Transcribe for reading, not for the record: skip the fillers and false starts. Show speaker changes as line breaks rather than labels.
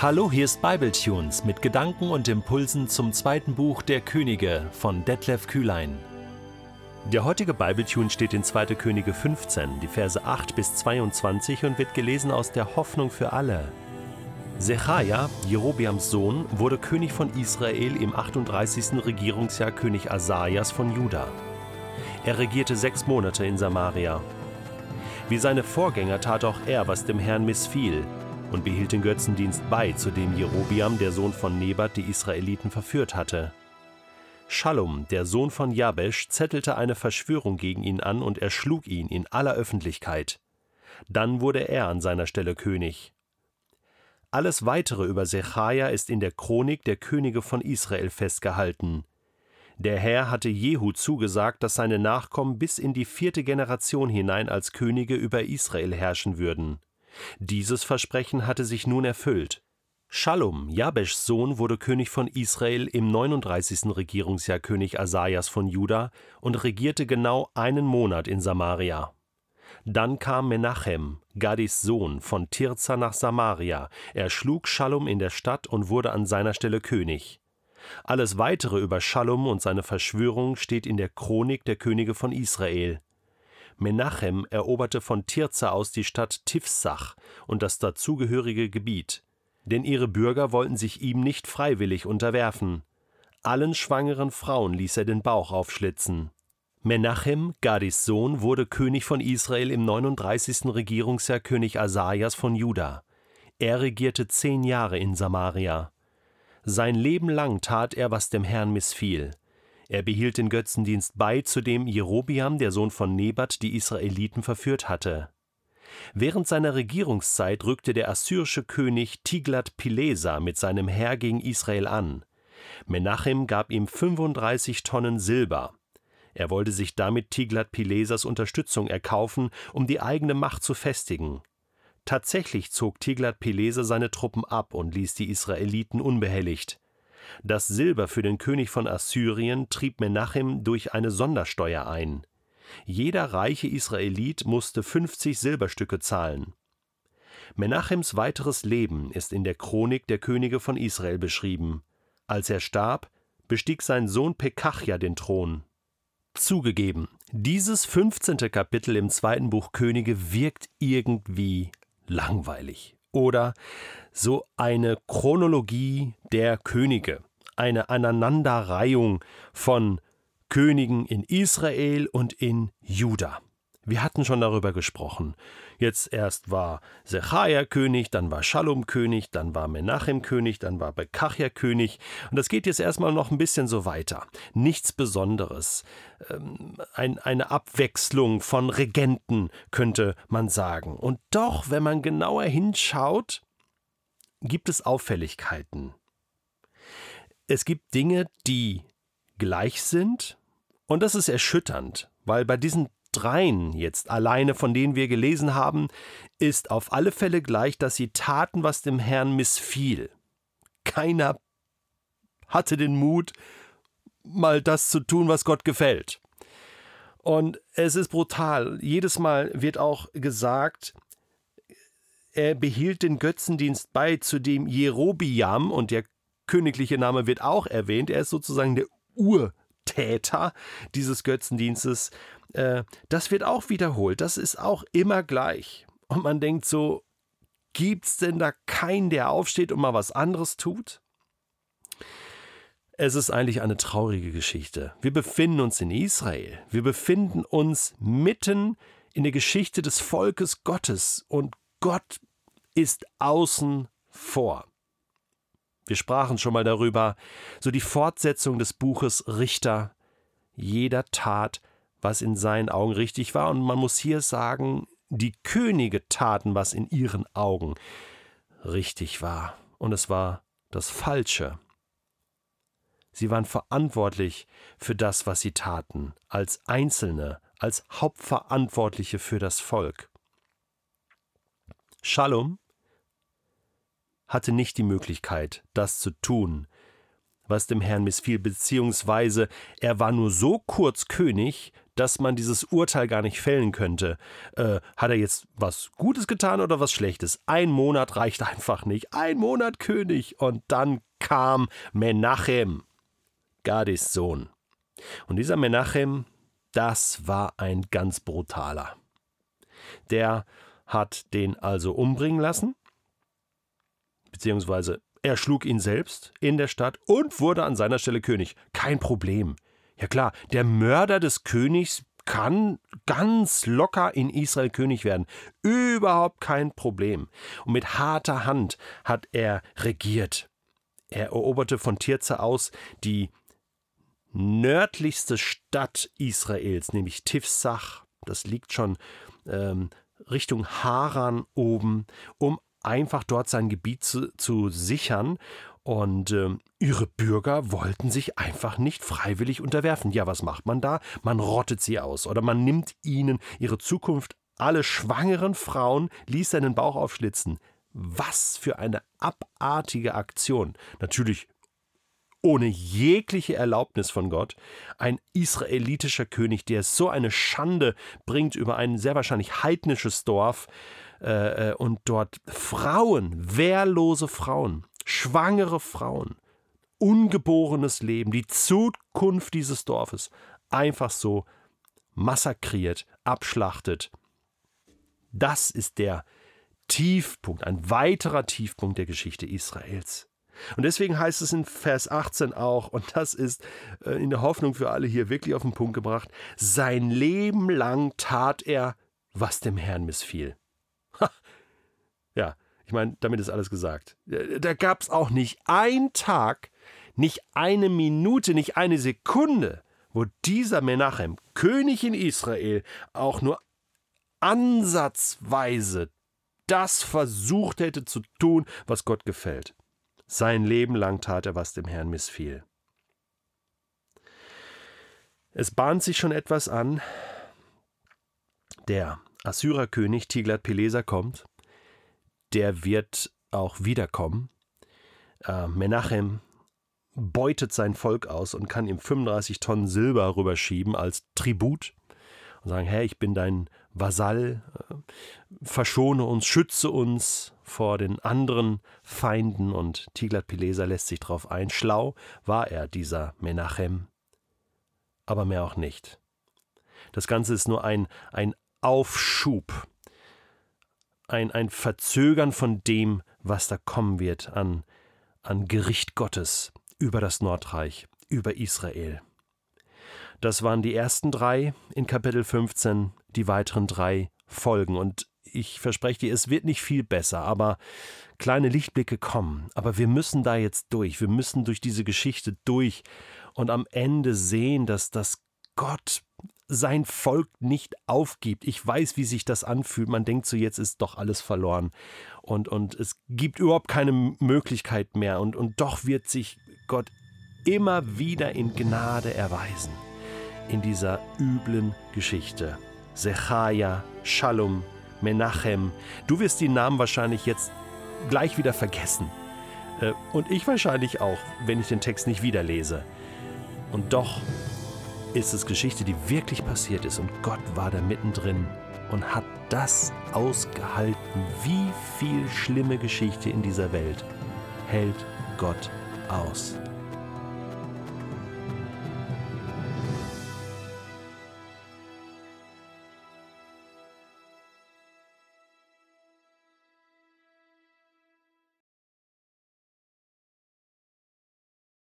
Hallo, hier ist Bibletunes mit Gedanken und Impulsen zum zweiten Buch der Könige von Detlef Kühlein. Der heutige Bibletune steht in 2. Könige 15, die Verse 8 bis 22 und wird gelesen aus der Hoffnung für alle. Sechaja, Jerobeams Sohn, wurde König von Israel im 38. Regierungsjahr König Asajas von Juda. Er regierte 6 Monate in Samaria. Wie seine Vorgänger tat auch er, was dem Herrn missfiel, und behielt den Götzendienst bei, zu dem Jerobeam, der Sohn von Nebat, die Israeliten verführt hatte. Schallum, der Sohn von Jabesch, zettelte eine Verschwörung gegen ihn an und erschlug ihn in aller Öffentlichkeit. Dann wurde er an seiner Stelle König. Alles Weitere über Sechaja ist in der Chronik der Könige von Israel festgehalten. Der Herr hatte Jehu zugesagt, dass seine Nachkommen bis in die 4. Generation hinein als Könige über Israel herrschen würden. Dieses Versprechen hatte sich nun erfüllt. Schallum, Jabeschs Sohn, wurde König von Israel im 39. Regierungsjahr König Asajas von Juda und regierte genau 1 Monat in Samaria. Dann kam Menachem, Gadis Sohn, von Tirza nach Samaria. Er schlug Schallum in der Stadt und wurde an seiner Stelle König. Alles Weitere über Schallum und seine Verschwörung steht in der Chronik der Könige von Israel. Menachem eroberte von Tirza aus die Stadt Tifsach und das dazugehörige Gebiet, denn ihre Bürger wollten sich ihm nicht freiwillig unterwerfen. Allen schwangeren Frauen ließ er den Bauch aufschlitzen. Menachem, Gadis Sohn, wurde König von Israel im 39. Regierungsjahr König Asajas von Juda. Er regierte 10 Jahre in Samaria. Sein Leben lang tat er, was dem Herrn missfiel. Er behielt den Götzendienst bei, zu dem Jerobeam, der Sohn von Nebat, die Israeliten verführt hatte. Während seiner Regierungszeit rückte der assyrische König Tiglat-Pileser mit seinem Heer gegen Israel an. Menachem gab ihm 35 Tonnen Silber. Er wollte sich damit Tiglat-Pilesers Unterstützung erkaufen, um die eigene Macht zu festigen. Tatsächlich zog Tiglat-Pileser seine Truppen ab und ließ die Israeliten unbehelligt. Das Silber für den König von Assyrien trieb Menachem durch eine Sondersteuer ein. Jeder reiche Israelit musste 50 Silberstücke zahlen. Menachems weiteres Leben ist in der Chronik der Könige von Israel beschrieben. Als er starb, bestieg sein Sohn Pekachja den Thron. Zugegeben, dieses 15. Kapitel im 2. Buch Könige wirkt irgendwie langweilig. Oder so eine Chronologie der Könige, eine Aneinanderreihung von Königen in Israel und in Juda. Wir hatten schon darüber gesprochen. Jetzt erst war Sechaja König, dann war Schallum König, dann war Menachem König, dann war Pekachja König. Und das geht jetzt erstmal noch ein bisschen so weiter. Nichts Besonderes. Eine Abwechslung von Regenten, könnte man sagen. Und doch, wenn man genauer hinschaut, gibt es Auffälligkeiten. Es gibt Dinge, die gleich sind. Und das ist erschütternd, weil bei diesen 3 jetzt alleine, von denen wir gelesen haben, ist auf alle Fälle gleich, dass sie taten, was dem Herrn missfiel. Keiner hatte den Mut, mal das zu tun, was Gott gefällt. Und es ist brutal. Jedes Mal wird auch gesagt, er behielt den Götzendienst bei, zu dem Jerobeam, und der königliche Name wird auch erwähnt, er ist sozusagen der Urtäter dieses Götzendienstes. Das wird auch wiederholt, das ist auch immer gleich. Und man denkt so, gibt's denn da keinen, der aufsteht und mal was anderes tut? Es ist eigentlich eine traurige Geschichte. Wir befinden uns in Israel. Wir befinden uns mitten in der Geschichte des Volkes Gottes und Gott ist außen vor. Wir sprachen schon mal darüber, so die Fortsetzung des Buches Richter. Jeder tat, was in seinen Augen richtig war, und man muss hier sagen, die Könige taten, was in ihren Augen richtig war, und es war das Falsche. Sie waren verantwortlich für das, was sie taten, als Einzelne, als Hauptverantwortliche für das Volk. Schallum hatte nicht die Möglichkeit, das zu tun, was dem Herrn missfiel, beziehungsweise er war nur so kurz König, dass man dieses Urteil gar nicht fällen könnte. Hat er jetzt was Gutes getan oder was Schlechtes? 1 Monat reicht einfach nicht. 1 Monat König. Und dann kam Menachem, Gadis Sohn. Und dieser Menachem, das war ein ganz brutaler. Der hat den also umbringen lassen, beziehungsweise er schlug ihn selbst in der Stadt und wurde an seiner Stelle König. Kein Problem. Ja klar, der Mörder des Königs kann ganz locker in Israel König werden. Überhaupt kein Problem. Und mit harter Hand hat er regiert. Er eroberte von Tirza aus die nördlichste Stadt Israels, nämlich Tifsach. Das liegt schon Richtung Haran oben, um einfach dort sein Gebiet zu sichern. Und ihre Bürger wollten sich einfach nicht freiwillig unterwerfen. Ja, was macht man da? Man rottet sie aus oder man nimmt ihnen ihre Zukunft. Alle schwangeren Frauen ließ er den Bauch aufschlitzen. Was für eine abartige Aktion. Natürlich ohne jegliche Erlaubnis von Gott. Ein israelitischer König, der so eine Schande bringt über ein sehr wahrscheinlich heidnisches Dorf und dort Frauen, wehrlose Frauen, schwangere Frauen, ungeborenes Leben, die Zukunft dieses Dorfes einfach so massakriert, abschlachtet. Das ist der Tiefpunkt, ein weiterer Tiefpunkt der Geschichte Israels. Und deswegen heißt es in Vers 18 auch, und das ist in der Hoffnung für alle hier wirklich auf den Punkt gebracht, sein Leben lang tat er, was dem Herrn missfiel. Ja, ich meine, damit ist alles gesagt. Da gab es auch nicht einen Tag, nicht eine Minute, nicht eine Sekunde, wo dieser Menachem, König in Israel, auch nur ansatzweise das versucht hätte zu tun, was Gott gefällt. Sein Leben lang tat er, was dem Herrn missfiel. Es bahnt sich schon etwas an. Der Assyrerkönig Tiglat-Pileser kommt. Der wird auch wiederkommen. Menachem beutet sein Volk aus und kann ihm 35 Tonnen Silber rüberschieben als Tribut und sagen, hey, ich bin dein Vasall, verschone uns, schütze uns vor den anderen Feinden. Und Tiglat-Pileser lässt sich darauf ein. Schlau war er, dieser Menachem, aber mehr auch nicht. Das Ganze ist nur ein Aufschub, ein Verzögern von dem, was da kommen wird an Gericht Gottes über das Nordreich, über Israel. Das waren die ersten 3 in Kapitel 15, die weiteren 3 folgen. Und ich verspreche dir, es wird nicht viel besser, aber kleine Lichtblicke kommen. Aber wir müssen da jetzt durch, wir müssen durch diese Geschichte durch und am Ende sehen, dass Gott sein Volk nicht aufgibt. Ich weiß, wie sich das anfühlt. Man denkt so, jetzt ist doch alles verloren und es gibt überhaupt keine Möglichkeit mehr. Und doch wird sich Gott immer wieder in Gnade erweisen in dieser üblen Geschichte. Sechaja, Shallum, Menachem. Du wirst die Namen wahrscheinlich jetzt gleich wieder vergessen. Und ich wahrscheinlich auch, wenn ich den Text nicht wieder lese. Und doch ist es Geschichte, die wirklich passiert ist und Gott war da mittendrin und hat das ausgehalten. Wie viel schlimme Geschichte in dieser Welt hält Gott aus?